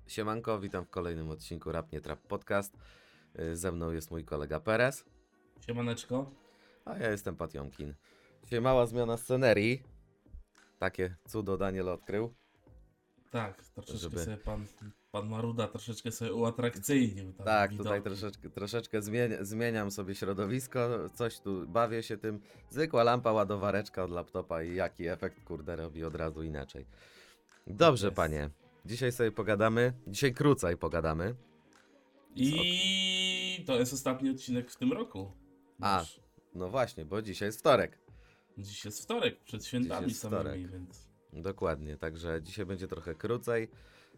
Siemanko, witam w kolejnym odcinku Rap Nie Trap Podcast. Ze mną jest mój kolega Perez, Siemaneczko. a ja jestem Patiomkin. Dzisiaj mała zmiana scenerii. Takie cudo Daniel odkrył. Tak, troszeczkę Żeby- sobie pan Maruda troszeczkę sobie uatrakcyjnił. Tam Tak, widoki. tutaj troszeczkę zmieniam sobie środowisko, coś tu bawię się tym. Zwykła lampa, ładowareczka od laptopa i jaki efekt, kurde, robi od razu inaczej. Dobrze, jest. panie. Dzisiaj sobie pogadamy, dzisiaj krócej pogadamy. I to jest ostatni odcinek w tym roku. A. Nasz. No właśnie, bo dzisiaj jest wtorek. Dziś jest wtorek, przed świętami jest samymi, wtorek. więc... Dokładnie, także dzisiaj będzie trochę krócej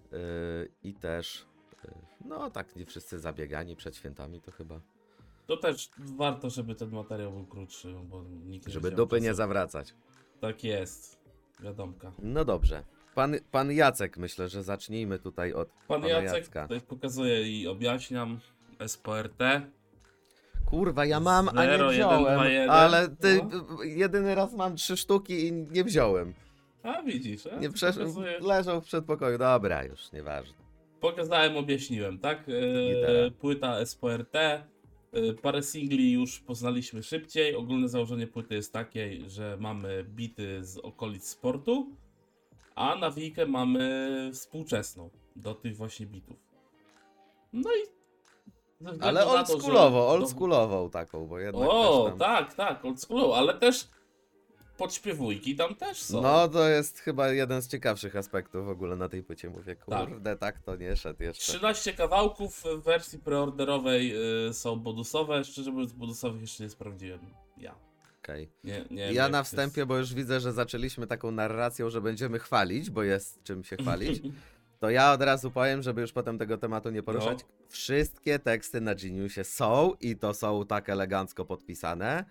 i też, no tak, nie wszyscy zabiegani przed świętami to chyba, To też warto, żeby ten materiał był krótszy, bo nikt nie żeby będzie miał dupy czasu. nie zawracać. Tak jest, wiadomka. No dobrze, pan Jacek, myślę, że zacznijmy tutaj od Pan pana Jacek Jacka. tutaj pokazuje i objaśniam SPRT. Kurwa, ja mam, a 0, nie 1, wziąłem, 2, 1, ale ty, no. jedyny raz mam 3 sztuki i nie wziąłem. A widzisz, a? Nie Pokazuję. leżał w przedpokoju, dobra, już, nieważne. Pokazałem, objaśniłem, tak? Gitara. Płyta SPRT, parę singli już poznaliśmy szybciej. Ogólne założenie płyty jest takie, że mamy bity z okolic sportu, a nawijkę mamy współczesną do tych właśnie bitów. No i ze względu Ale na to, że- oldschoolową taką, bo jednak O, też tam... tak, oldschoolowo, ale też podśpiewujki tam też są. No to jest chyba jeden z ciekawszych aspektów w ogóle na tej płycie. Mówię, Tak. kurde, tak to nie szedł jeszcze. 13 kawałków w wersji preorderowej są bonusowe. Szczerze mówiąc, bonusowych jeszcze nie sprawdziłem. Ja. Okej. Nie, nie Ja wiem, na jak wstępie, bo już widzę, że zaczęliśmy taką narracją, że będziemy chwalić, bo jest czym się chwalić, to ja od razu powiem, żeby już potem tego tematu nie poruszać. No. Wszystkie teksty na Geniusie są i to są tak elegancko podpisane.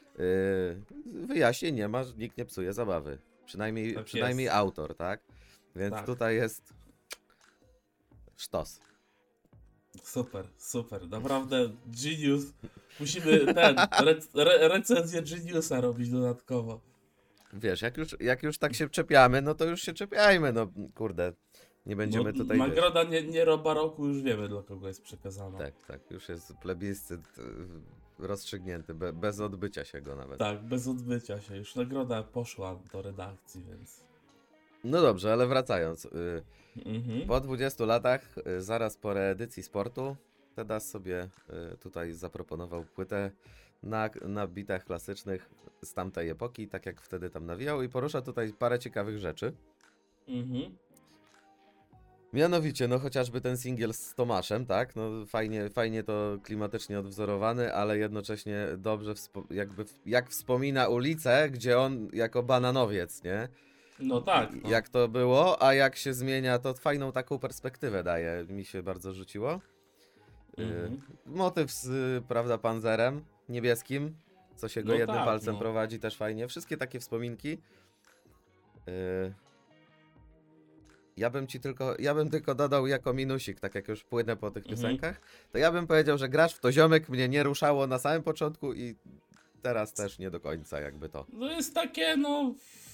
Wyjaśnień nie ma, nikt nie psuje zabawy. Tak Przynajmniej jest. autor, tak? Więc Tak. tutaj jest sztos. Super. Naprawdę Genius. Musimy recenzję Geniusa robić dodatkowo. Wiesz, jak już tak się czepiamy, no to już się czepiajmy, no kurde. Nie będziemy No, tutaj... nagroda nie roba roku, już wiemy dla kogo jest przekazana. Tak, już jest plebiscyt rozstrzygnięty, bez odbycia się go nawet. Tak, bez odbycia się. Już nagroda poszła do redakcji, więc... No dobrze, ale wracając. Mhm. Po 20 latach, zaraz po reedycji sportu, Tedas sobie tutaj zaproponował płytę na bitach klasycznych z tamtej epoki, tak jak wtedy tam nawijał i porusza tutaj parę ciekawych rzeczy. Mhm. Mianowicie, no chociażby ten singiel z Tomaszem, tak? No fajnie to klimatycznie odwzorowany, ale jednocześnie dobrze jak wspomina ulicę, gdzie on jako bananowiec, nie? No tak. No. Jak to było, a jak się zmienia, to fajną taką perspektywę daje. Mi się bardzo rzuciło. Mhm. Motyw z, prawda, panzerem niebieskim, co się go No jednym tak, palcem no. prowadzi, też fajnie. Wszystkie takie wspominki. Ja bym tylko dodał jako minusik, tak jak już płynę po tych piosenkach, to ja bym powiedział, że grasz w to ziomek mnie nie ruszało na samym początku i teraz też nie do końca jakby to. No jest takie, no...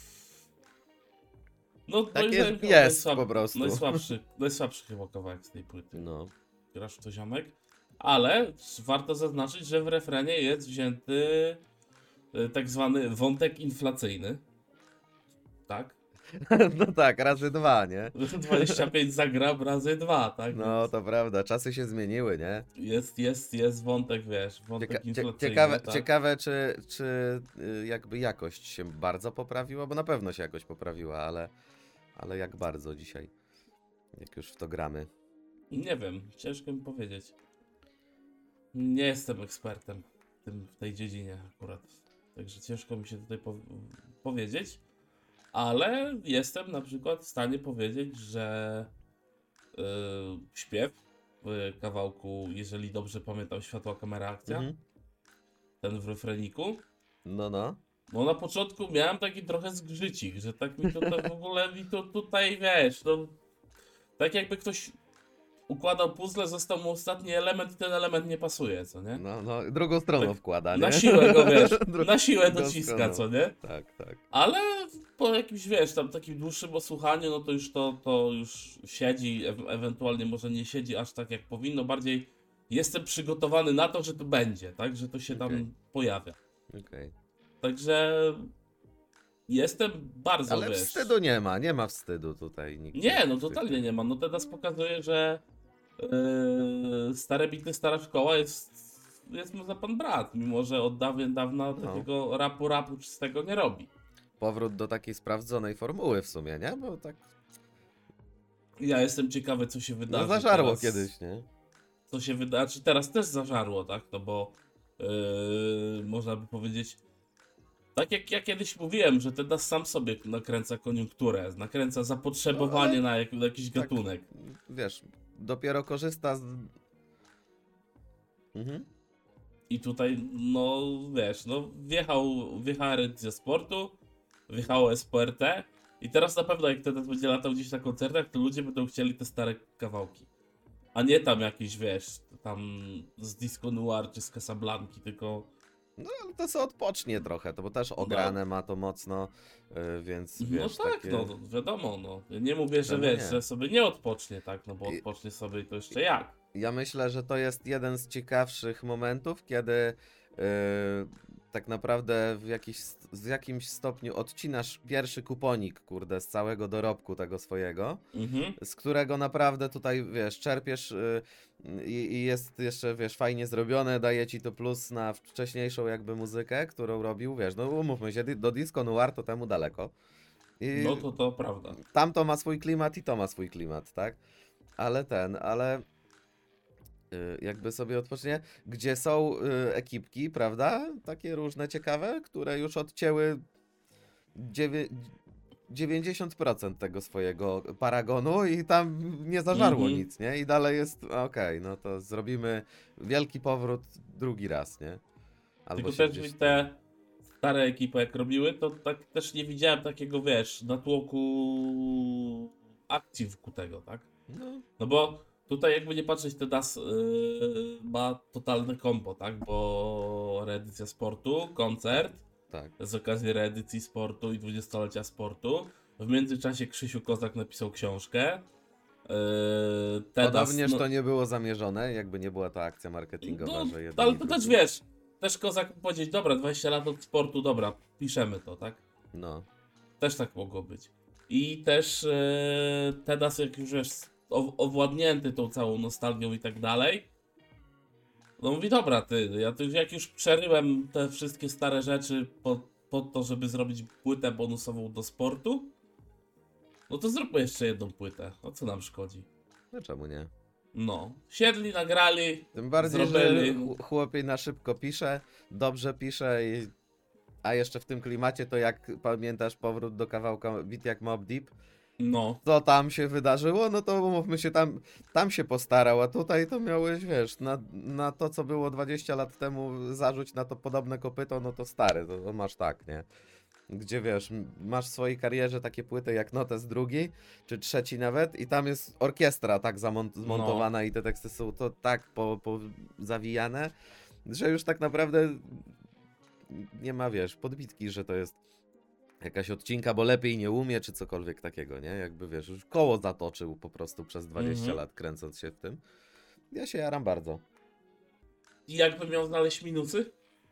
No Takie moim zdaniem jest po prostu. Najsłabszy chyba kawałek z tej płyty. No. Grasz w to ziomek. Ale warto zaznaczyć, że w refrenie jest wzięty tak zwany wątek inflacyjny. Tak? No tak, razy 2, nie? 25 za gram razy 2, tak? No to prawda, czasy się zmieniły, nie? Jest wątek, wiesz, wątek inflacyjny. Ciekawe czy jakby jakość się bardzo poprawiła, bo na pewno się jakoś poprawiła, ale jak bardzo dzisiaj, jak już w to gramy. Nie wiem, ciężko mi powiedzieć. Nie jestem ekspertem w tej dziedzinie akurat. Także ciężko mi się tutaj powiedzieć. Ale jestem na przykład w stanie powiedzieć, że śpiew w kawałku, jeżeli dobrze pamiętam, Światła, kamera, akcja, ten w refreniku, No. no na początku miałem taki trochę zgrzycik, że tak mi to w ogóle tutaj wiesz, no, tak jakby ktoś układał puzzle, został mu ostatni element i ten element nie pasuje, co nie? No, drugą stroną Tak, wkłada, nie? Na siłę go, wiesz, na siłę Drugą dociska, stroną. co nie? Tak. Ale po jakimś, wiesz, tam takim dłuższym osłuchaniu, no to już to już siedzi, ewentualnie może nie siedzi aż tak jak powinno, bardziej jestem przygotowany na to, że to będzie, tak, że to się Okej. tam pojawia. Okej. Także jestem bardzo, Ale wiesz... wstydu nie ma wstydu tutaj. Nikt Nie, no w tych- totalnie nie ma. No teraz pokazuje, że stare bity, stara szkoła jest mu za pan brat, mimo że od dawien dawna No. takiego rapu czystego nie robi. Powrót do takiej sprawdzonej formuły w sumie, nie? Bo tak Ja jestem ciekawy, co się wydarzy. no zażarło teraz, kiedyś, nie? Co się wydarzy, teraz też zażarło, tak? No bo można by powiedzieć, tak jak ja kiedyś mówiłem, że teraz sam sobie nakręca koniunkturę, nakręca zapotrzebowanie No, ale na jakiś tak, gatunek. Wiesz, dopiero korzysta z... Mhm. I tutaj, no wiesz, no wjechała Edycja Sportu, wjechało SPRT i teraz na pewno jak teraz będzie latał gdzieś na koncertach, to ludzie będą chcieli te stare kawałki. A nie tam jakieś, wiesz, tam z Disco Noir czy z Casablanki, tylko... No ale to co odpocznie trochę, to bo też ograne ma to mocno, więc No wiesz, tak, takie... no wiadomo, no. Ja nie mówię, że Czemu wiesz, nie? że sobie nie odpocznie, tak, no bo odpocznie sobie i to jeszcze jak. Ja myślę, że to jest jeden z ciekawszych momentów, kiedy tak naprawdę w jakimś stopniu odcinasz pierwszy kuponik, kurde, z całego dorobku tego swojego, Mhm. z którego naprawdę tutaj, wiesz, czerpiesz i jest jeszcze, wiesz, fajnie zrobione, daje ci to plus na wcześniejszą jakby muzykę, którą robił, wiesz, no umówmy się, do Disco Noir to temu daleko. I No to prawda. tamto ma swój klimat i to ma swój klimat, tak? Ale jakby sobie odpocznie, gdzie są ekipki, prawda? Takie różne ciekawe, które już odcięły 90% tego swojego paragonu i tam nie zażarło Mhm. nic, nie? I dalej jest, okej, no to zrobimy wielki powrót drugi raz, nie? Albo Tylko się też gdzieś te stare ekipy jak robiły, to tak też nie widziałem takiego, wiesz, natłoku akcji wokół tego, tak? no, No bo tutaj jakby nie patrzeć, to DAS ma totalne kombo, tak? Bo reedycja sportu, koncert, tak. z okazji reedycji sportu i 20-lecia sportu. W międzyczasie Krzysiu Kozak napisał książkę. Tedas, Podobnież no, to nie było zamierzone, jakby nie była to akcja marketingowa, no, że jeden ale i to drugi. też wiesz, też Kozak mógł powiedzieć, dobra, 20 lat od sportu, dobra, piszemy to, tak? No, Też tak mogło być. I też Tedas, jak już wiesz, owładnięty tą całą nostalgią i tak dalej, no mówi, dobra, ja to jak już przeryłem te wszystkie stare rzeczy po to, żeby zrobić płytę bonusową do sportu, no to zróbmy jeszcze jedną płytę. O co nam szkodzi? no czemu nie? No, siedli, nagrali, Tym bardziej, zrobili. że chłopiej na szybko pisze, dobrze pisze a jeszcze w tym klimacie to jak pamiętasz powrót do kawałka Beat jak Mobb Deep, No, co tam się wydarzyło, no to umówmy się, tam się postarał, a tutaj to miałeś, wiesz, na to co było 20 lat temu zarzuć na to podobne kopyto, no to stary, to masz tak, nie? Gdzie wiesz, masz w swojej karierze takie płyty jak Notes drugi, czy trzeci nawet i tam jest orkiestra tak zmontowana i te teksty są to tak zawijane, że już tak naprawdę nie ma, wiesz, podbitki, że to jest jakaś odcinka, bo lepiej nie umie, czy cokolwiek takiego, nie? Jakby wiesz, już koło zatoczył po prostu przez 20 lat kręcąc się w tym. Ja się jaram bardzo. i jakbym miał znaleźć minusy?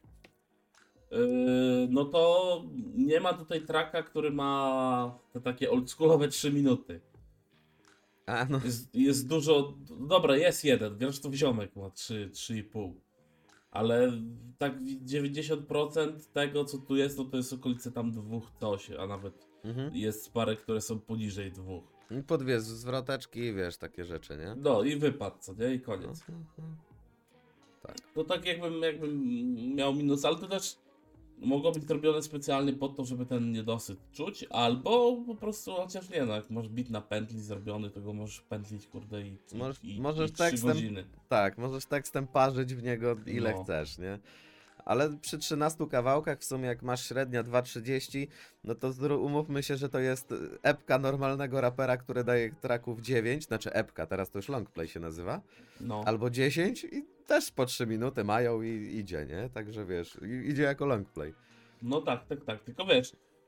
No to nie ma tutaj tracka, który ma te takie oldschoolowe 3 minuty. A no, Jest dużo. Dobra, jest jeden. Zresztą ziomek ma 3,5. Ale tak 90% tego, co tu jest, no to jest okolice tam 2 coś, a nawet jest parę, które są poniżej 2. po dwie zwroteczki, wiesz, takie rzeczy, nie? No i wypadł, co nie? I koniec. Tak. To tak jakbym miał minus, ale to też mogło być zrobione specjalnie po to, żeby ten niedosyt czuć, albo po prostu, chociaż nie, no jak masz bit na pętli zrobiony, to go możesz pętlić, kurde, Możesz i 3 godziny. Tak, możesz tekstem parzyć w niego ile No. chcesz, nie? Ale przy 13 kawałkach, w sumie jak masz średnia 2,30, no to umówmy się, że to jest epka normalnego rapera, który daje tracków 9, znaczy epka, teraz to już longplay się nazywa, No. albo 10 i też po 3 minuty mają i idzie, nie? Także wiesz, idzie jako longplay. No tak, tylko wiesz,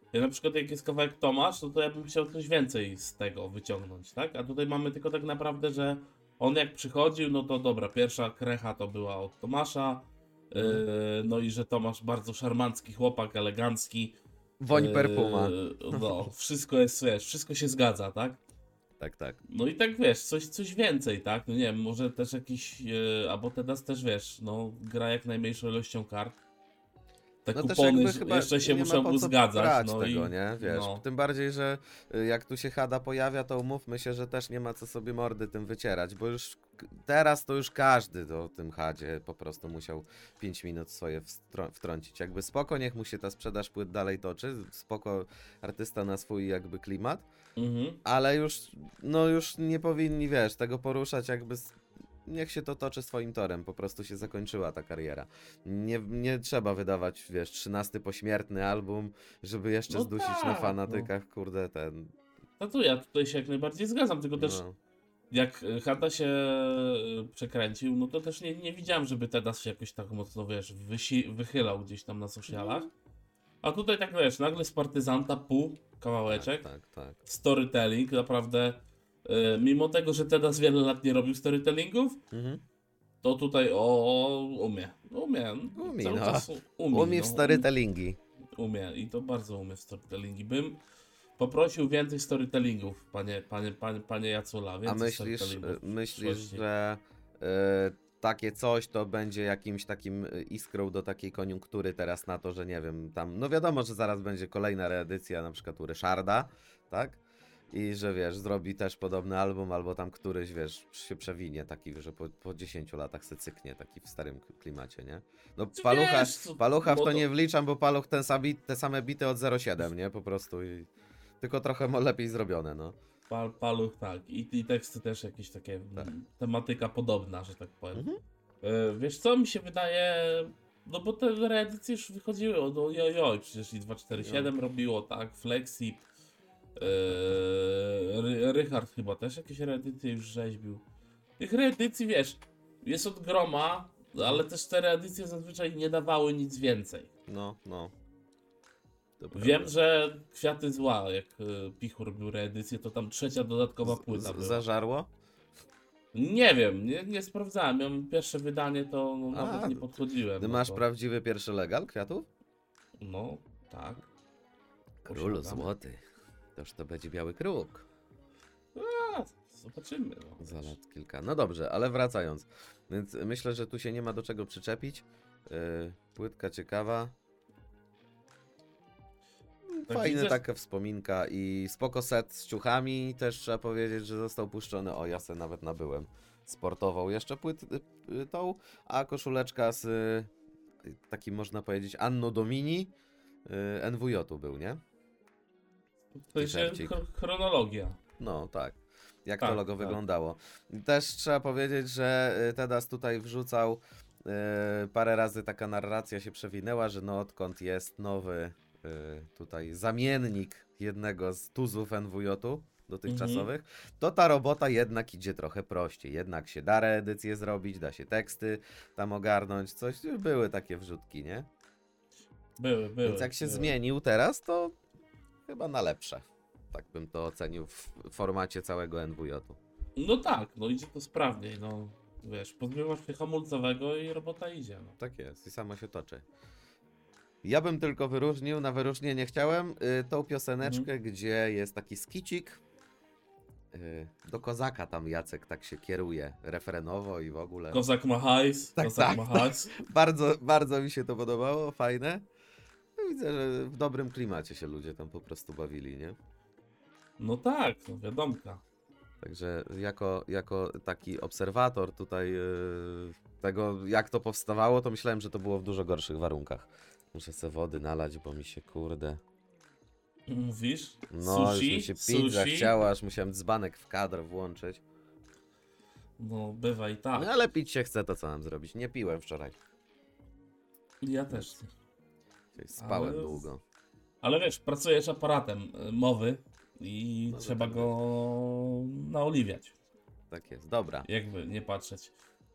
Ja na przykład jak jest kawałek Tomasz, to ja bym chciał coś więcej z tego wyciągnąć, tak? A tutaj mamy tylko tak naprawdę, że on jak przychodził, no to dobra, pierwsza krecha to była od Tomasza, Mhm. no i że Tomasz bardzo szarmancki chłopak, elegancki, Woń perfuma. no wszystko jest, wiesz, wszystko się zgadza, tak? Tak, tak. No i tak wiesz, coś więcej, tak? No nie wiem, może też jakiś, albo teraz też wiesz, no gra jak najmniejszą ilością kart. Te No też kupony jakby chyba jeszcze się nie ma muszą po co uzgadzać, brać no tego, i nie? Wiesz, no. tym bardziej, że jak tu się Hada pojawia, to umówmy się, że też nie ma co sobie mordy tym wycierać, bo już teraz to już każdy o tym Hadzie po prostu musiał 5 minut swoje wtrącić. Jakby spoko, niech mu się ta sprzedaż płyt dalej toczy, spoko artysta na swój jakby klimat, Mhm. ale już, no już nie powinni, wiesz, tego poruszać jakby niech się to toczy swoim torem, po prostu się zakończyła ta kariera. Nie trzeba wydawać, wiesz, 13 pośmiertny album, żeby jeszcze No zdusić na tak, fanatykach, kurde, ten, no to ja tutaj się jak najbardziej zgadzam, tylko też no. jak Hata się przekręcił, no to też nie widziałem, żeby Tedas się jakoś tak mocno, wiesz, wychylał gdzieś tam na socialach. A tutaj tak, wiesz, nagle z partyzanta pół kawałeczek, Tak. storytelling, naprawdę, mimo tego, że Tedas wiele lat nie robił storytellingów, Mhm. to tutaj umie, Umie, cały no. czas Umie w no, storytellingi. umie i to bardzo umie w storytellingi. Bym poprosił więcej storytellingów, panie Jacula, A więcej myślisz, storytellingów w myślisz, przyszłości. że takie coś to będzie jakimś takim iskrą do takiej koniunktury teraz na to, że nie wiem, tam, no wiadomo, że zaraz będzie kolejna reedycja na przykład u Ryszarda, tak? I że wiesz, zrobi też podobny album, albo tam któryś, wiesz, się przewinie taki, że po 10 latach se cyknie, taki w starym klimacie, nie? No Czy Palucha, wiesz, co- Palucha w to modo- nie wliczam, bo Paluch te same bity od 07, nie? Po prostu tylko trochę lepiej zrobione, no. Paluch, tak. I teksty też jakieś takie, Tak. tematyka podobna, że tak powiem. Mhm. Wiesz co, mi się wydaje, no bo te reedycje już wychodziły od ojojoj, przecież i 247 robiło, tak, Flexi, Rychard chyba też jakieś reedycje już rzeźbił. Tych reedycji, wiesz, jest od groma, ale też te reedycje zazwyczaj nie dawały nic więcej. No. To Wiem, prawda. że Kwiaty Zła, jak Pichur robił reedycję, to tam trzecia dodatkowa płyta była. Zażarło? Nie wiem, nie sprawdzałem. Ja mam pierwsze wydanie, to no, A, nawet nie podchodziłem. Ty no masz to, prawdziwy pierwszy legal kwiatów? No, tak. Królu Posiadam. złoty. Toż to będzie biały kruk. A, zobaczymy. No, Za lat kilka. No dobrze, ale wracając. Więc myślę, że tu się nie ma do czego przyczepić. Płytka ciekawa. Tak Fajna widzę, taka wspominka i spoko set z ciuchami. Też trzeba powiedzieć, że został puszczony. O, ja se nawet nabyłem. Sportową jeszcze tą, a koszuleczka z takim można powiedzieć Anno Domini NWJ-u był, nie? to jest t-shircik. chronologia. No tak. Jak Tak, to logo tak. wyglądało. Też trzeba powiedzieć, że Tedas tutaj wrzucał parę razy taka narracja się przewinęła, że no odkąd jest nowy tutaj zamiennik jednego z tuzów NWJ-u dotychczasowych, to ta robota jednak idzie trochę prościej. Jednak się da reedycję zrobić, da się teksty tam ogarnąć, coś. Były takie wrzutki, nie? Były. Więc jak się zmienił teraz, to chyba na lepsze. Tak bym to ocenił w formacie całego NWJ-u. No tak, no idzie to sprawniej, no. Wiesz, pozbywasz się hamulcowego i robota idzie. No. Tak jest i samo się toczy. Ja bym tylko wyróżnił, na wyróżnienie chciałem tą pioseneczkę, gdzie jest taki skicik. Do kozaka tam Jacek tak się kieruje refrenowo i w ogóle. Kozak ma hajs, Tak, kozak tak, ma hajs. Bardzo mi się to podobało, fajne. No, widzę, że w dobrym klimacie się ludzie tam po prostu bawili, nie? No tak, no wiadomka. Także jako taki obserwator tutaj tego, jak to powstawało, to myślałem, że to było w dużo gorszych warunkach. Muszę sobie wody nalać, bo mi się kurde... Mówisz? No, Sushi? już mi się pić Sushi? zachciało, aż musiałem dzbanek w kadr włączyć. No bywa i tak. No ale pić się chce, to co mam zrobić? Nie piłem wczoraj. Ja też. Czyli spałem Ale- długo. Ale wiesz, pracujesz aparatem mowy i No, trzeba tak go jest. naoliwiać, Tak jest, dobra. jakby nie patrzeć.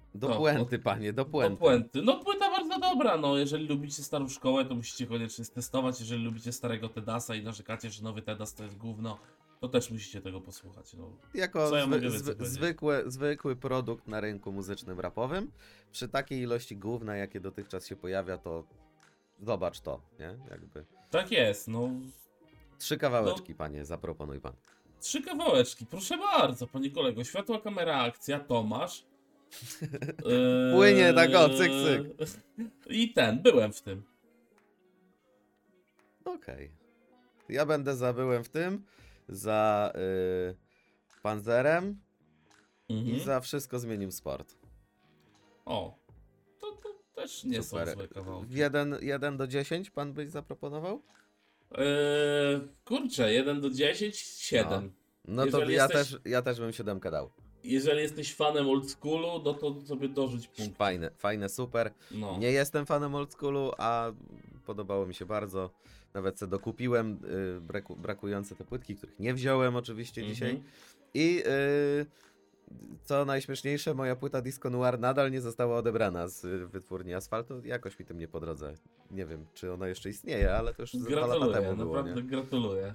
Do To, puenty, panie, do Do puenty. puenty. No płyta bardzo dobra, no jeżeli lubicie starą szkołę, to musicie koniecznie stestować, jeżeli lubicie starego Tedasa i narzekacie, że nowy Tedas to jest gówno, to też musicie tego posłuchać, no. Jako Co ja mogę więcej powiedzieć? zwykły produkt na rynku muzycznym rapowym, przy takiej ilości gówna, jakie dotychczas się pojawia, to zobacz to, nie? Jakby. Tak jest, no. 3 kawałeczki, panie, zaproponuj pan. 3 kawałeczki, proszę bardzo, panie kolego. Światła, kamera, akcja, Tomasz. Płynie tak o, cyk, cyk. I byłem w tym. Okej. Ja będę zabyłem w tym, za Panzerem Mhm. i za Wszystko zmienił sport. O, to też nie są złe kawałki. 1 do 10 pan byś zaproponował? Kurczę, 1 do 10, 7. No to Jeżeli ja też bym 7 dał. Jeżeli jesteś fanem oldschoolu, no to sobie dorzuć punkt. Fajne, super. No. Nie jestem fanem oldschoolu, a podobało mi się bardzo. Nawet sobie dokupiłem brakujące te płytki, których nie wziąłem oczywiście dzisiaj. I co najśmieszniejsze, moja płyta Disco Noir nadal nie została odebrana z wytwórni Asfaltu. Jakoś mi tym nie po drodze. Nie wiem, czy ona jeszcze istnieje, ale to już 2 lata temu było, naprawdę nie? gratuluję.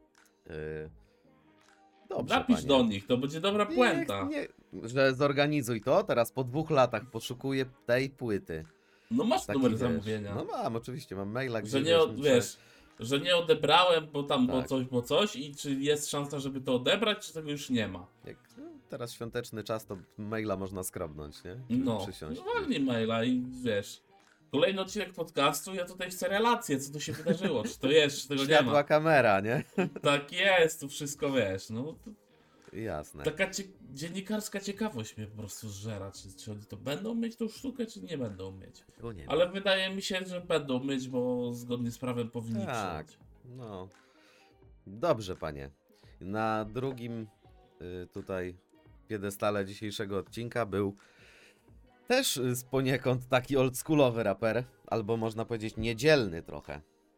Dobrze, Napisz panie. do nich, to będzie dobra puenta. Że zorganizuj to, teraz po 2 latach poszukuję tej płyty. No masz Taki, numer wiesz, zamówienia. No mam, oczywiście, mam maila, gdzie Że nie, że nie odebrałem, bo tam Tak. bo coś i czy jest szansa, żeby to odebrać, czy tego już nie ma. teraz świąteczny czas, to maila można skrobnąć, nie? No, Przysiąść. walnij maila i wiesz. Kolejny odcinek podcastu, ja tutaj chcę relację, co tu się wydarzyło, czy to jest, czy tego nie Światła ma. kamera, nie? Tak jest, tu wszystko wiesz, no. Jasne. Taka dziennikarska ciekawość mnie po prostu zżera, czy oni to będą mieć tą sztukę, czy nie będą mieć. Nie Ale wydaje mi się, że będą mieć, bo zgodnie z prawem powinni Tak. przyjąć. No. Dobrze, panie. Na drugim tutaj piedestale dzisiejszego odcinka był też poniekąd taki oldschoolowy raper, albo można powiedzieć niedzielny trochę.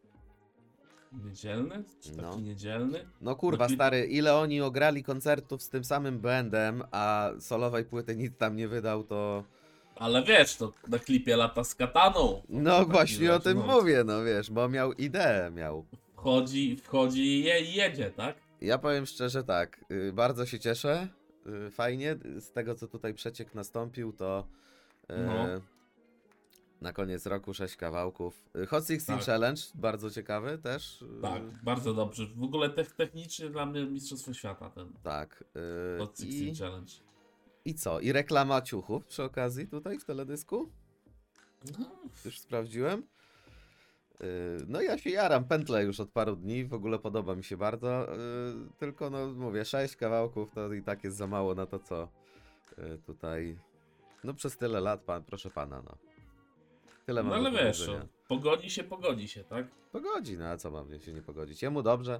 Niedzielny? Czy taki No. niedzielny? No kurwa, stary, ile oni ograli koncertów z tym samym bandem, a solowej płyty nic tam nie wydał, to... Ale wiesz, to na klipie lata z kataną. No właśnie o wiesz, tym no. mówię, no wiesz, bo miał ideę, miał. Wchodzi i jedzie, tak? Ja powiem szczerze tak, bardzo się cieszę, fajnie, z tego co tutaj przeciek nastąpił, to No. na koniec roku 6 kawałków. Hot 16 Tak. Challenge, bardzo ciekawy też. Tak, bardzo dobrze. W ogóle technicznie dla mnie Mistrzostwo Świata ten Tak. Hot 16 Challenge. I co? I reklama ciuchów przy okazji tutaj w teledysku? No, Już sprawdziłem. No ja się jaram, pętlę już od paru dni, w ogóle podoba mi się bardzo, tylko no mówię, 6 kawałków to i tak jest za mało na to, co tutaj, no przez tyle lat, proszę pana, no. Tyle no mam ale do wiesz, powiedzenia. pogodzi się, tak? Pogodzi, no a co mam się nie pogodzić? Jemu dobrze,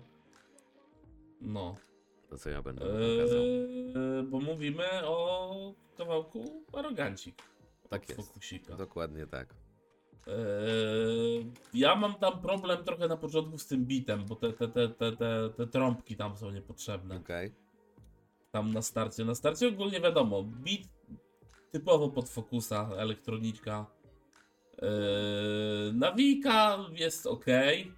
No. to co ja będę pokazał. Bo mówimy o kawałku Arogancik. Tak od jest, Fokusika. dokładnie tak. Ja mam tam problem trochę na początku z tym bitem, bo te trąbki tam są niepotrzebne. Okej. Tam na starcie. Na starcie ogólnie wiadomo, beat typowo pod Focusa, elektronika. Nawika jest ok.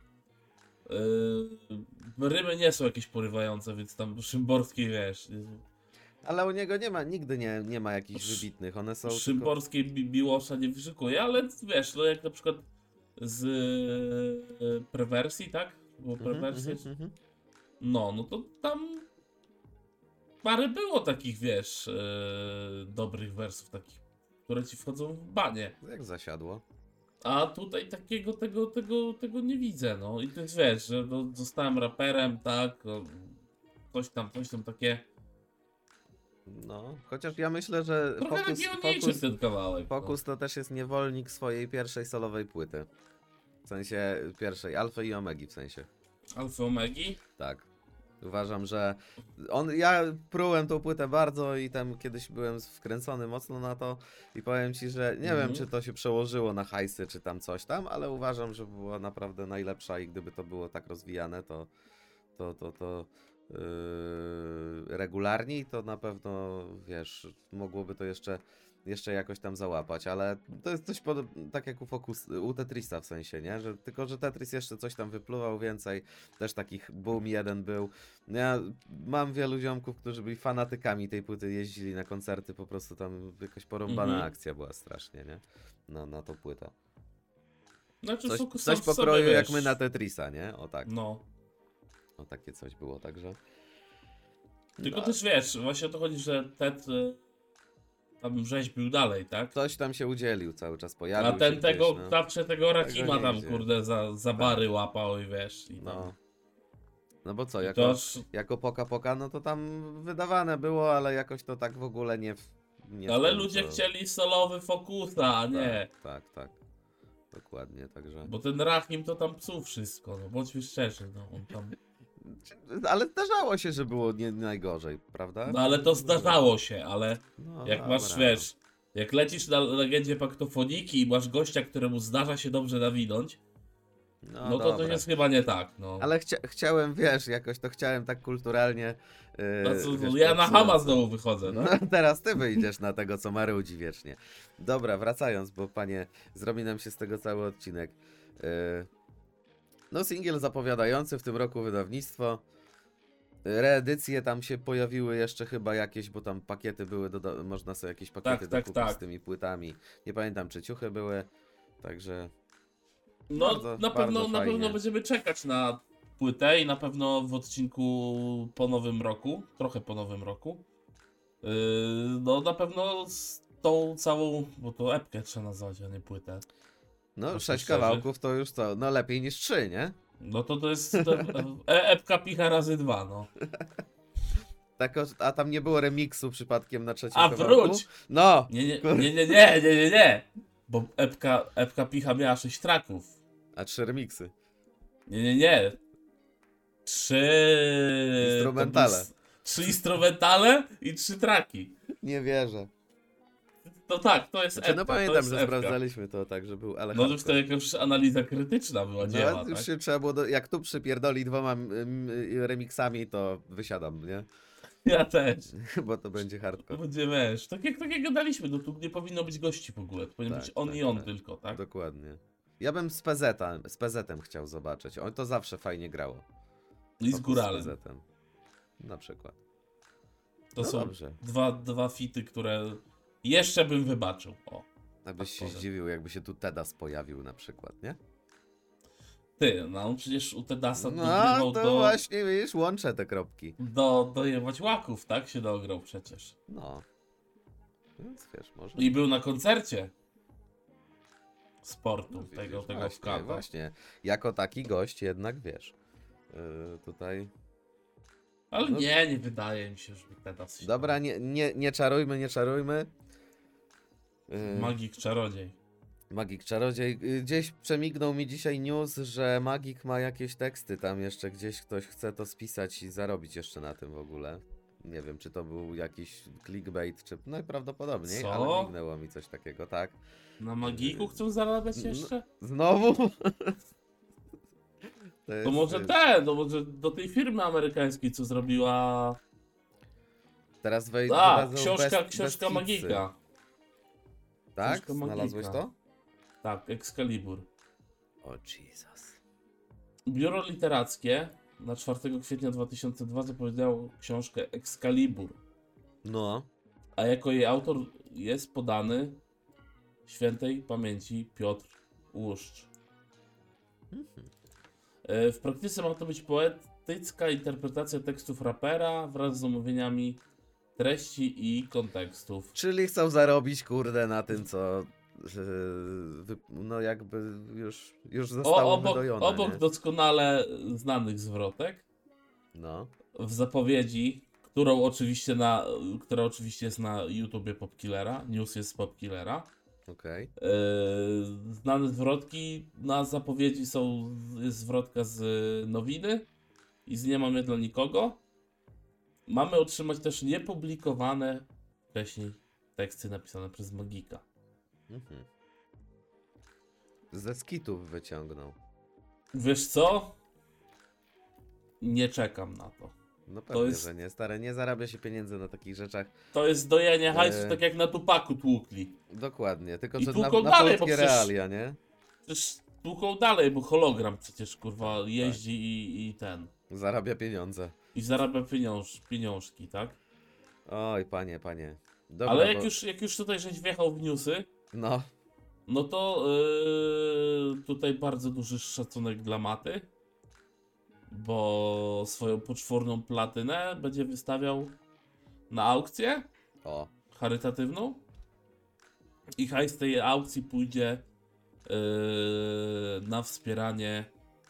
Rymy nie są jakieś porywające, więc tam Szymborskiej wiesz. Ale u niego nigdy nie ma jakichś wybitnych, one są tylko... Szymborskiej Biłosza nie wyszykuje, ale wiesz, no jak na przykład z Prewersji, tak? Było Prewersja? No to tam parę było takich, wiesz, dobrych wersów, takich, które ci wchodzą w banie. Jak zasiadło. A tutaj takiego, tego nie widzę, no. I to jest, wiesz, że no, zostałem raperem, tak, no, coś tam takie. No, chociaż ja myślę, że Trochę taki on niczy ten kawałek. Fokus to też jest niewolnik swojej pierwszej solowej płyty. W sensie pierwszej, Alfy i Omegi w sensie. Alfa Omegi? Tak. Uważam, że ja prułem tą płytę bardzo i tam kiedyś byłem wkręcony mocno na to i powiem ci, że nie wiem, czy to się przełożyło na hajsy, czy tam coś tam, ale uważam, że była naprawdę najlepsza i gdyby to było tak rozwijane, to regularniej, to na pewno, wiesz, mogłoby to jeszcze jeszcze jakoś tam załapać, ale to jest coś tak jak u Tetrisa w sensie, nie? Że, tylko, że Tetris jeszcze coś tam wypluwał więcej, też takich boom jeden był. Ja mam wielu ziomków, którzy byli fanatykami tej płyty, jeździli na koncerty, po prostu tam jakaś porąbana akcja była strasznie, nie? No, na tą płytę. Znaczy, Coś pokroju jak my na Tetrisa, nie? O tak. No. O takie coś było, także... Tylko No. też wiesz, właśnie o to chodzi, że Ted tam rzeźbił dalej, tak? Ktoś tam się udzielił, cały czas pojawił A ten się tego, gdzieś, no. zawsze tego Rakima nie tam, idzie. kurde, za bary łapał i wiesz. I tam. No. No bo co, I jako, to aż- jako poka, no to tam wydawane było, ale jakoś to tak w ogóle nie Ale w tym, ludzie co... chcieli solowy Focusa, a nie. Tak. Dokładnie, także... Bo ten Rachim to tam psuł wszystko, no bądźmy szczerzy, no on tam... Ale zdarzało się, że było nie najgorzej, prawda? No ale to zdarzało się, ale No, jak dobra, masz, wiesz, jak lecisz na legendzie Paktofoniki i masz gościa, któremu zdarza się dobrze nawinąć, no to dobra. jest chyba nie tak, no. Ale chciałem, wiesz, jakoś to chciałem tak kulturalnie... No co, wiesz, ja na popsułem Hama to. znowu wychodzę, no. No teraz ty wyjdziesz na tego, co marudzi wiecznie. Dobra, wracając, bo panie, zrobi nam się z tego cały odcinek. No singiel zapowiadający w tym roku wydawnictwo. Reedycje tam się pojawiły jeszcze chyba jakieś, bo tam pakiety były, można sobie jakieś pakiety Tak, dokupić tak. z tymi płytami. Nie pamiętam, czy ciuchy były, także... No Bardzo, na bardzo pewno fajnie. będziemy czekać na płytę i na pewno w odcinku po nowym roku, trochę po nowym roku. No na pewno z tą całą, bo to epkę trzeba nazwać, a nie płytę. No, Proszę 6 szczerze. kawałków to już co? No lepiej niż 3, nie? No to jest epka picha razy 2, no. Tak, a tam nie było remiksu przypadkiem na trzecim A kawałku? wróć! No! Nie. Bo epka picha miała 6 traków. A 3 remiksy. Nie. 3 Instrumentale. 3 instrumentale i 3 traki. Nie wierzę. To tak, to jest Znaczy, no epka, to pamiętam, jest że epka. sprawdzaliśmy to tak, że był, ale No już to hardcore. jakaś analiza krytyczna była dzieła, No, już tak? się trzeba było, jak tu przypierdoli 2 remiksami, to wysiadam, nie? Ja też. Bo to będzie To hardcore. będzie, wiesz, tak jak gadaliśmy, no tu nie powinno być gości w ogóle, to powinien Tak, być on tak, i on tak. tylko, tak? Dokładnie. Ja bym z PZ-em chciał zobaczyć. On to zawsze fajnie grało. I z Fokus góralem. Z PZ-em. Na przykład. To No są dobrze. dwa fity, które jeszcze bym wybaczył. O, Abyś się powiem. zdziwił, jakby się tu Tedas pojawił na przykład, nie? ty, no on przecież u Tedasa No, dogrywał to właśnie, widzisz, łączę te kropki. dojebać łaków, tak? Się dograł przecież. No. Więc wiesz, może... I był na koncercie sportu, No, widzisz, tego właśnie, wkata. właśnie. Jako taki gość jednak, wiesz, tutaj... Ale No. nie wydaje mi się, żeby Tedas się... Dobra, nie czarujmy. Magik czarodziej. Magik Czarodziej. Gdzieś przemignął mi dzisiaj news, że Magik ma jakieś teksty tam jeszcze, gdzieś ktoś chce to spisać i zarobić jeszcze na tym w ogóle. Nie wiem, czy to był jakiś clickbait, czy najprawdopodobniej, Co? ale mignęło mi coś takiego, tak. Na Magiku chcą zarabiać jeszcze? Znowu? To jest, może no może do tej firmy amerykańskiej, co zrobiła... Teraz A, wydadzą książka Best Magika. Tak? książka Magika. Znalazłeś to? Tak, Excalibur. O Jesus. Biuro Literackie na 4 kwietnia 2002 zapowiedziało książkę Excalibur, No. a jako jej autor jest podany świętej pamięci Piotr Łuszcz. W praktyce ma to być poetycka interpretacja tekstów rapera wraz z omówieniami treści i kontekstów. Czyli chcą zarobić, kurde, na tym, co no jakby już zostało wydojone, Obok nie? doskonale znanych zwrotek, No, w zapowiedzi, która oczywiście jest na YouTubie Popkillera, news jest z Popkillera. okej. Znane zwrotki, na zapowiedzi jest zwrotka z Nowiny i z Nie mam je dla nikogo. Mamy otrzymać też niepublikowane wcześniej teksty napisane przez Magika. Mhm. Ze skitów wyciągnął. Wiesz co? Nie czekam na to. No To pewnie, jest- że nie, stary, nie zarabia się pieniędzy na takich rzeczach. To jest dojenie hajsu, Eee. tak jak na Tupaku tłukli. Dokładnie, tylko I że tłuką na dalej, bo polskie przecież- realia, nie? Przecież tłuką dalej, bo hologram przecież kurwa Tak, jeździ i ten. Zarabia pieniądze. I zarabia pieniążki, tak? Oj, panie. Dobra, Ale bo... jak już tutaj żeś wjechał w newsy, No, no to tutaj bardzo duży szacunek dla Maty, bo swoją poczwórną platynę będzie wystawiał na aukcję o, charytatywną i hajs z tej aukcji pójdzie na wspieranie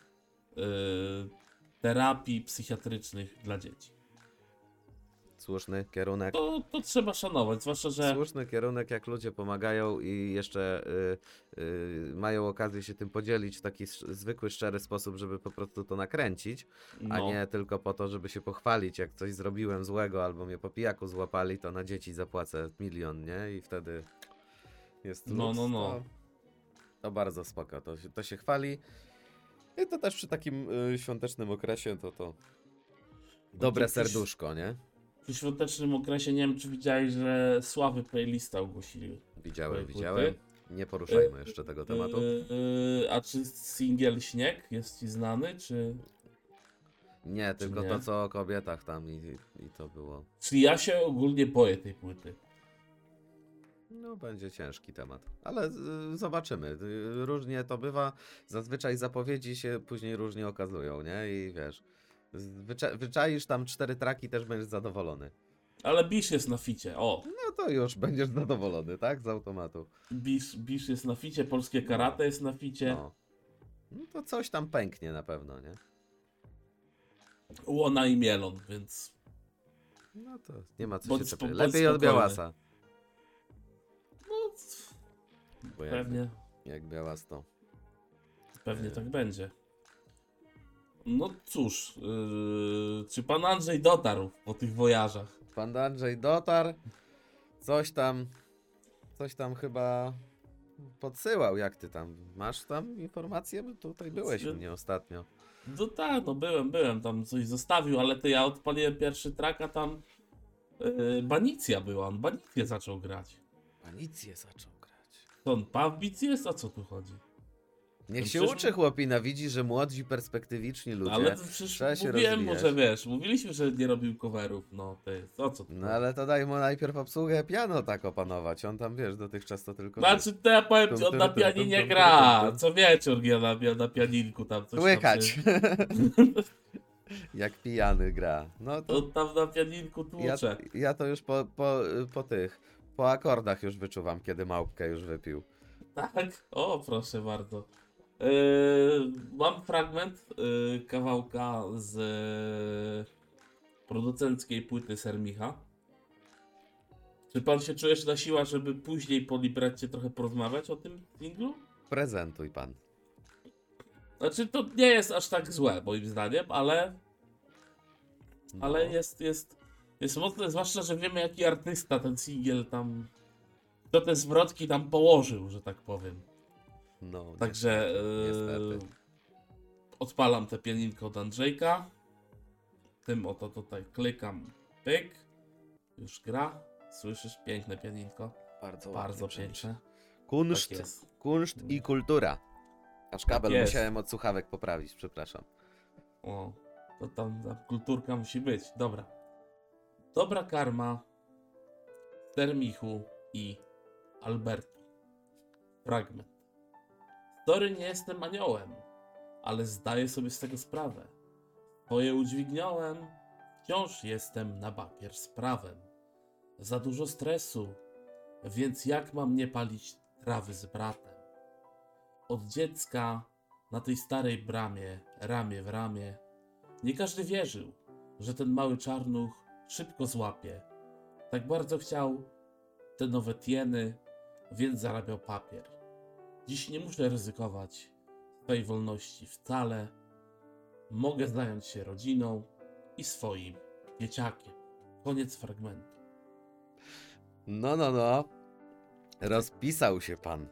terapii psychiatrycznych dla dzieci. słuszny kierunek. To trzeba szanować, zwłaszcza, że Słuszny kierunek, jak ludzie pomagają i jeszcze mają okazję się tym podzielić w taki zwykły, szczery sposób, żeby po prostu to nakręcić, a no, nie tylko po to, żeby się pochwalić, jak coś zrobiłem złego albo mnie po pijaku złapali, to na dzieci zapłacę 1 000 000, nie? I wtedy jest No, luz, no, no. To bardzo spoko, to się chwali. I to też przy takim świątecznym okresie to dobre Jakieś- serduszko, nie? w świątecznym okresie, nie wiem czy widziałeś, że Sławy playlista ogłosili. Widziałem. Płyty. Nie poruszajmy jeszcze tego tematu. A czy singiel Śnieg jest ci znany, czy... Nie, tylko nie? to co o kobietach tam i to było. Czy ja się ogólnie boję tej płyty? No, będzie ciężki temat. Ale zobaczymy. Różnie to bywa. Zazwyczaj zapowiedzi się później różnie okazują, nie? I wiesz, wyczaisz tam 4 traki, też będziesz zadowolony. Ale Bisz jest na ficie, o. No to już będziesz zadowolony, tak? Z automatu. Bisz jest na ficie, polskie karate jest na ficie. No to coś tam pęknie na pewno, nie? Łona i Mielon, więc... No to nie ma co Bądź się czepiać. bądź Lepiej od spokojny. Białasa. No, Bo pewnie, jak Białas to... pewnie tak będzie. No cóż, czy pan Andrzej dotarł po tych wojażach? Pan Andrzej dotarł, coś tam chyba podsyłał, jak ty tam, masz tam informacje? Bo tutaj byłeś u mnie ostatnio. No tak, no byłem, tam coś zostawił, ale to ja odpaliłem pierwszy track, a tam Banicja była, on Banicję zaczął grać. Panicję zaczął grać. To on Pawbic jest? O co tu chodzi? Niech No się przecież- uczy chłopina, widzi, że młodzi, perspektywiczni ludzie. Ale to przecież trzeba się mówiłem rozwijać. mu, że wiesz, mówiliśmy, że nie robił coverów, no to jest, o co tu No chodzi? ale to daj mu najpierw obsługę piano tak opanować, on tam, wiesz, dotychczas to tylko... Znaczy, to ja powiem ci, on na pianinie gra, co wieczór gra na pianinku tam coś Łykać. tam Jak pijany gra. No to on tam na pianinku tłucze. ja to już po akordach już wyczuwam, kiedy małpkę już wypił. Tak? O, proszę bardzo. Mam fragment kawałka z producenckiej płyty Sermicha. Czy pan się czujesz na siła, żeby później po Libretcie trochę porozmawiać o tym singlu? Prezentuj pan. Znaczy, to nie jest aż tak złe, moim zdaniem, ale No. jest mocne, zwłaszcza, że wiemy, jaki artysta ten singiel tam, kto te zwrotki tam położył, że tak powiem. No, Także niestety. odpalam te pianinko od Andrzejka. Tym oto tutaj klikam, pyk. Już gra. Słyszysz? Piękne pianinko. Bardzo, Bardzo ładnie piękne. Kunszt, Tak jest. kunszt i kultura. Aż kabel jest. musiałem od słuchawek poprawić, przepraszam. O, to tam kulturka musi być. Dobra. Dobra karma. Termichu i Alberto. Fragment. Sorry, nie jestem aniołem, ale zdaję sobie z tego sprawę. Twoje udźwignąłem, wciąż jestem na bakier z prawem. Za dużo stresu, więc jak mam nie palić trawy z bratem? Od dziecka na tej starej bramie, ramię w ramię, nie każdy wierzył, że ten mały czarnuch szybko złapie. Tak bardzo chciał te nowe tieny, więc zarabiał papier. Dziś nie muszę ryzykować swojej wolności wcale. Mogę zająć się rodziną i swoim dzieciakiem. Koniec fragmentu. No. Rozpisał się pan.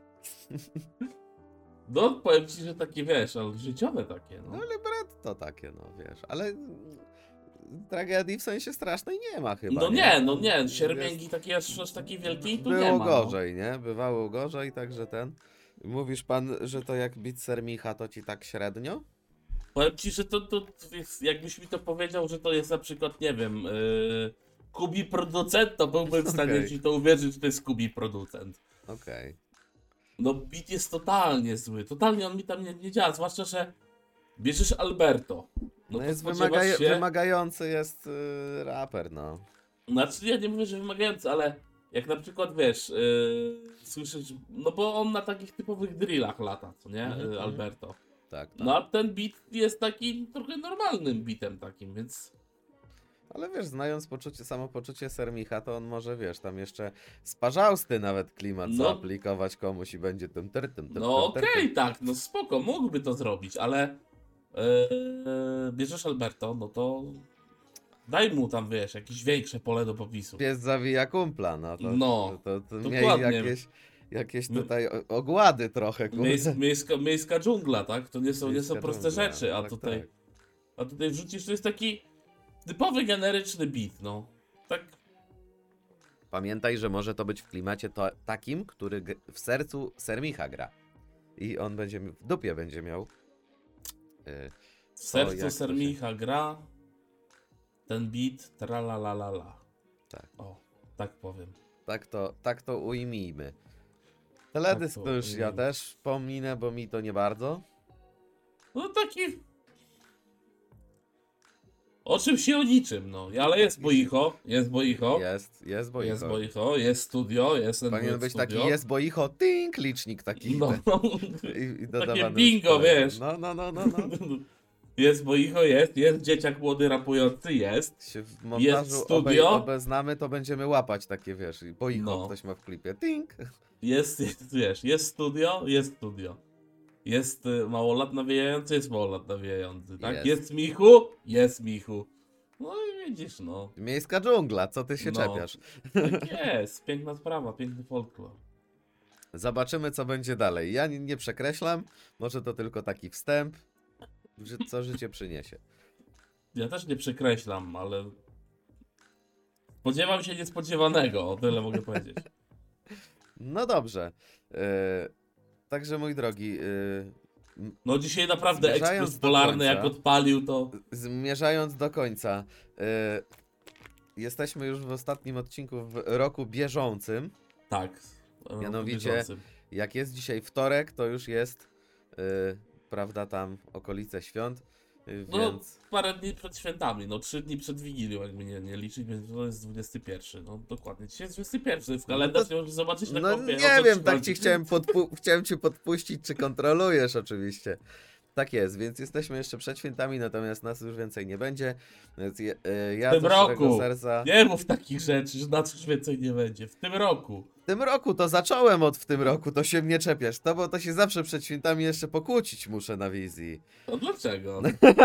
No, powiem ci, że takie wiesz, ale życiowe takie, no. No ale brat to takie, no wiesz, ale tragedii w sensie strasznej nie ma chyba. No nie, siermięgi takiej aż takiej wielkiej tu nie Było ma. gorzej, nie? Bywało gorzej, także ten... Mówisz pan, że to jak bić sermicha, to ci tak średnio? Powiem ci, że to jest, jakbyś mi to powiedział, że to jest na przykład, nie wiem, Kubi producent, to byłbym w stanie Okej. ci to uwierzyć, że to jest Kubi producent. Okej. No beat jest totalnie zły, totalnie on mi tam nie działa, zwłaszcza, że bierzesz Alberto. No to jest spodziewasz się... wymagający jest raper, no. Znaczy ja nie mówię, że wymagający, ale jak na przykład wiesz, słyszysz, no bo on na takich typowych drillach lata, co nie, Mhm, Alberto. Tak, tak. No a ten beat jest taki trochę normalnym beatem takim, więc... Ale wiesz, znając samopoczucie sermicha, to on może, wiesz, tam jeszcze sparzausty nawet klimat No. zaaplikować komuś i będzie tym. No okej, tak, no spoko, mógłby to zrobić, ale bierzesz Alberto, no to daj mu tam, wiesz, jakieś większe pole do popisu. Pies zawija kumpla, no to, No, to miej dokładnie. jakieś tutaj ogłady trochę, kurde. Miejska dżungla, tak? To nie są Miejska proste dżungla, rzeczy, tak, tak. a tutaj wrzucisz, to jest taki typowy generyczny beat, no. Tak, Pamiętaj, że może to być w klimacie takim, który w sercu sermicha gra. I on będzie, w dupie będzie miał. w jak sercu to Sermicha gra ten beat tralalalala. Tak. O, tak powiem. Tak to ujmijmy. Teledysk Tak to już ja ujmijmy. też pominę, bo mi to nie bardzo. No taki... O czym się o niczym, no. Ale jest boicho, jest boicho. Jest, bo Jest boicho, jest studio, jest Powinien być studio. taki jest boicho, tink, licznik taki. No, I dodawany takie już bingo, kolejny. wiesz. No. Jest boicho, jest dzieciak młody rapujący, jest. Się w montażu studio. obeznamy, to będziemy łapać takie, wiesz, i boicho No. ktoś ma w klipie, tink. Wiesz, jest studio, jest studio. Jest małolat nawijający, jest małolat nawijający, tak? Jest. Jest Michu, jest Michu. No i widzisz, no. Miejska dżungla, co ty się No. czepiasz? Tak jest, piękna sprawa, piękny folklor. Zobaczymy, co będzie dalej. Ja nie przekreślam, może to tylko taki wstęp, co życie przyniesie. Ja też nie przekreślam, ale spodziewam się niespodziewanego, o tyle mogę powiedzieć. No dobrze. Także mój drogi, No dzisiaj naprawdę Zmierzając ekspres do polarny końca. jak odpalił to... zmierzając do końca, jesteśmy już w ostatnim odcinku w roku bieżącym. Tak. Mianowicie- bieżącym. Jak jest dzisiaj wtorek, to już jest, prawda, tam okolice świąt, No, więc parę dni przed świętami, no 3 dni przed Wigilią, jakby nie liczyć, więc to jest 21. No dokładnie, dzisiaj jest 21. W kalendarz nie możesz zobaczyć na no kompie. o nie co wiem, ci tak chodzi. ci chciałem cię podpuścić, czy kontrolujesz oczywiście. Tak jest, więc jesteśmy jeszcze przed świętami, natomiast nas już więcej nie będzie, więc ja W tym ze szczerego roku. serca... Nie mów takich rzeczy, że na coś więcej nie będzie. W tym roku. W tym roku, to zacząłem od w tym roku, to się mnie czepiasz, bo to się zawsze przed świętami jeszcze pokłócić muszę na wizji. No dlaczego?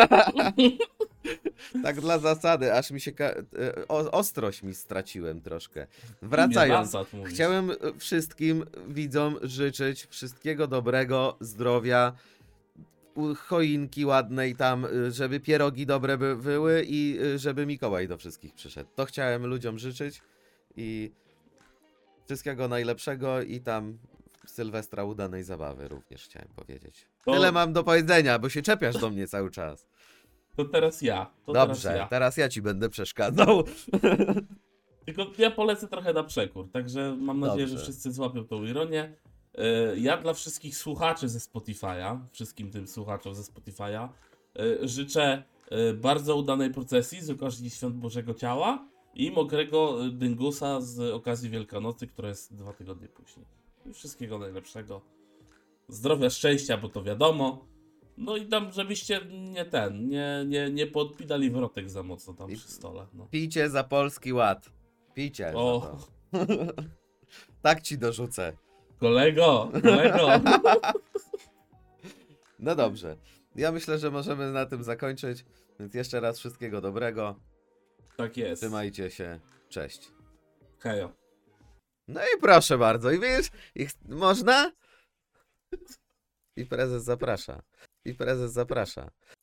Tak dla zasady, aż mi się ostrość mi straciłem troszkę. Wracając, Zasad mówisz. chciałem wszystkim widzom życzyć wszystkiego dobrego, zdrowia, choinki ładnej tam, żeby pierogi dobre były i żeby Mikołaj do wszystkich przyszedł. To chciałem ludziom życzyć i wszystkiego najlepszego i tam Sylwestra udanej zabawy również chciałem powiedzieć. To- Tyle mam do powiedzenia, bo się czepiasz do mnie cały czas. To teraz ja. Dobrze, teraz ja ci będę przeszkadzał. Tylko ja polecę trochę na przekór, także mam nadzieję, że Dobrze. wszyscy złapią tą ironię. Ja dla wszystkich słuchaczy ze Spotify'a, wszystkim tym słuchaczom ze Spotify'a, życzę bardzo udanej procesji z okazji Świąt Bożego Ciała i mokrego dyngusa z okazji Wielkanocy, która jest 2 tygodnie później. I wszystkiego najlepszego. Zdrowia, szczęścia, bo to wiadomo. No i tam, żebyście nie podpinali wrotek za mocno tam przy stole. No. Pijcie za Polski Ład. Pijcie O. za to. Tak ci dorzucę. Kolego! No dobrze. Ja myślę, że możemy na tym zakończyć. Więc jeszcze raz wszystkiego dobrego. Tak jest. Trzymajcie się. Cześć. Hejo. No i proszę bardzo. I wiesz, można? I prezes zaprasza.